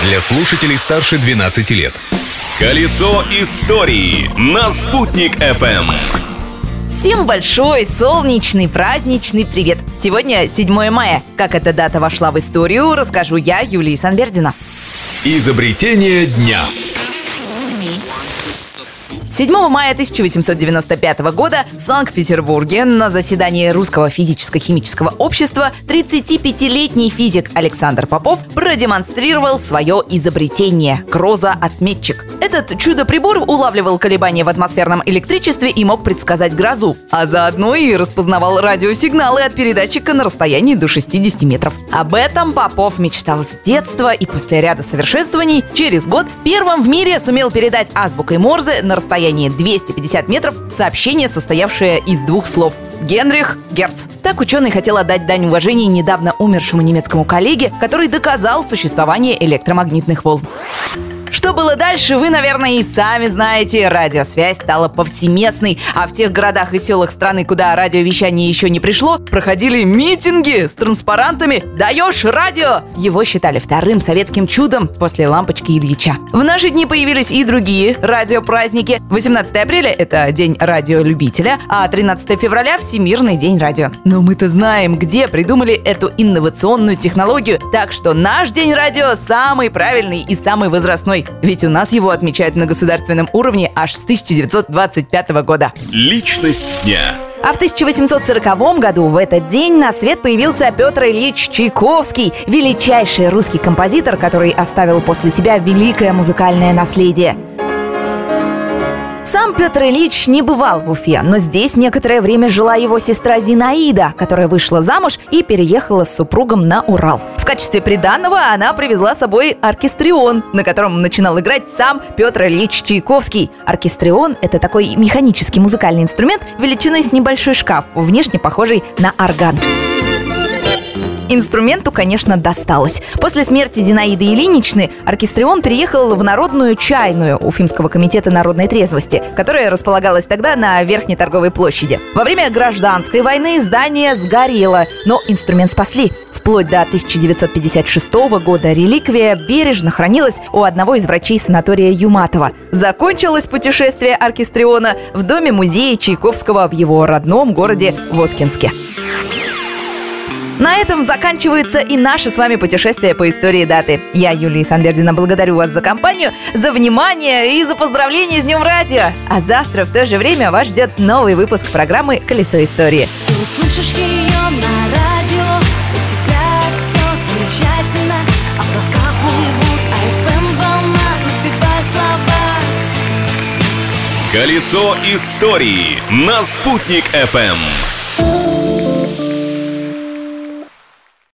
Для слушателей старше 12 лет. Колесо истории на Спутник FM. Всем большой, солнечный, праздничный привет! Сегодня 7 мая. Как эта дата вошла в историю, расскажу я, Юлия Санбердина. Изобретение дня. 7 мая 1895 года в Санкт-Петербурге на заседании Русского физическо-химического общества 35-летний физик Александр Попов продемонстрировал свое изобретение – кроза-отметчик. Этот чудо-прибор улавливал колебания в атмосферном электричестве и мог предсказать грозу, а заодно и распознавал радиосигналы от передатчика на расстоянии до 60 метров. Об этом Попов мечтал с детства и после ряда совершенствований через год первым в мире сумел передать азбукой Морзе на расстоянии 250 метров сообщение, состоявшее из двух слов «Генрих Герц». Так ученый хотел отдать дань уважения недавно умершему немецкому коллеге, который доказал существование электромагнитных волн. Что было дальше, вы, наверное, и сами знаете. Радиосвязь стала повсеместной, а в тех городах и селах страны, куда радиовещание еще не пришло, проходили митинги с транспарантами «Даешь радио!». Его считали вторым советским чудом после лампочки Ильича. В наши дни появились и другие радиопраздники. 18 апреля – это День радиолюбителя, а 13 февраля – Всемирный день радио. Но мы-то знаем, где придумали эту инновационную технологию, так что наш День радио самый правильный и самый возрастной. Ведь у нас его отмечают на государственном уровне аж с 1925 года. Личность дня. А в 1840 году в этот день на свет появился Петр Ильич Чайковский, величайший русский композитор, который оставил после себя великое музыкальное наследие. Сам Петр Ильич не бывал в Уфе, но здесь некоторое время жила его сестра Зинаида, которая вышла замуж и переехала с супругом на Урал. В качестве приданого она привезла с собой оркестрион, на котором начинал играть сам Петр Ильич Чайковский. Оркестрион – это такой механический музыкальный инструмент величиной с небольшой шкаф, внешне похожий на орган. Инструменту, конечно, досталось. После смерти Зинаиды Ильиничны оркестрион переехал в Народную чайную Уфимского комитета народной трезвости, которая располагалась тогда на Верхней торговой площади. Во время гражданской войны здание сгорело, но инструмент спасли. Вплоть до 1956 года реликвия бережно хранилась у одного из врачей санатория Юматова. Закончилось путешествие оркестриона в доме-музее Чайковского в его родном городе Воткинске. На этом заканчивается и наше с вами путешествие по истории даты. Я, Юлия Санбердина, благодарю вас за компанию, за внимание и за поздравления с Днем радио. А завтра в то же время вас ждет новый выпуск программы «Колесо истории». Ты услышишь ее на радио, у тебя все замечательно. Облака плывут, а FM-волна напевает слова. Колесо истории на Спутник FM.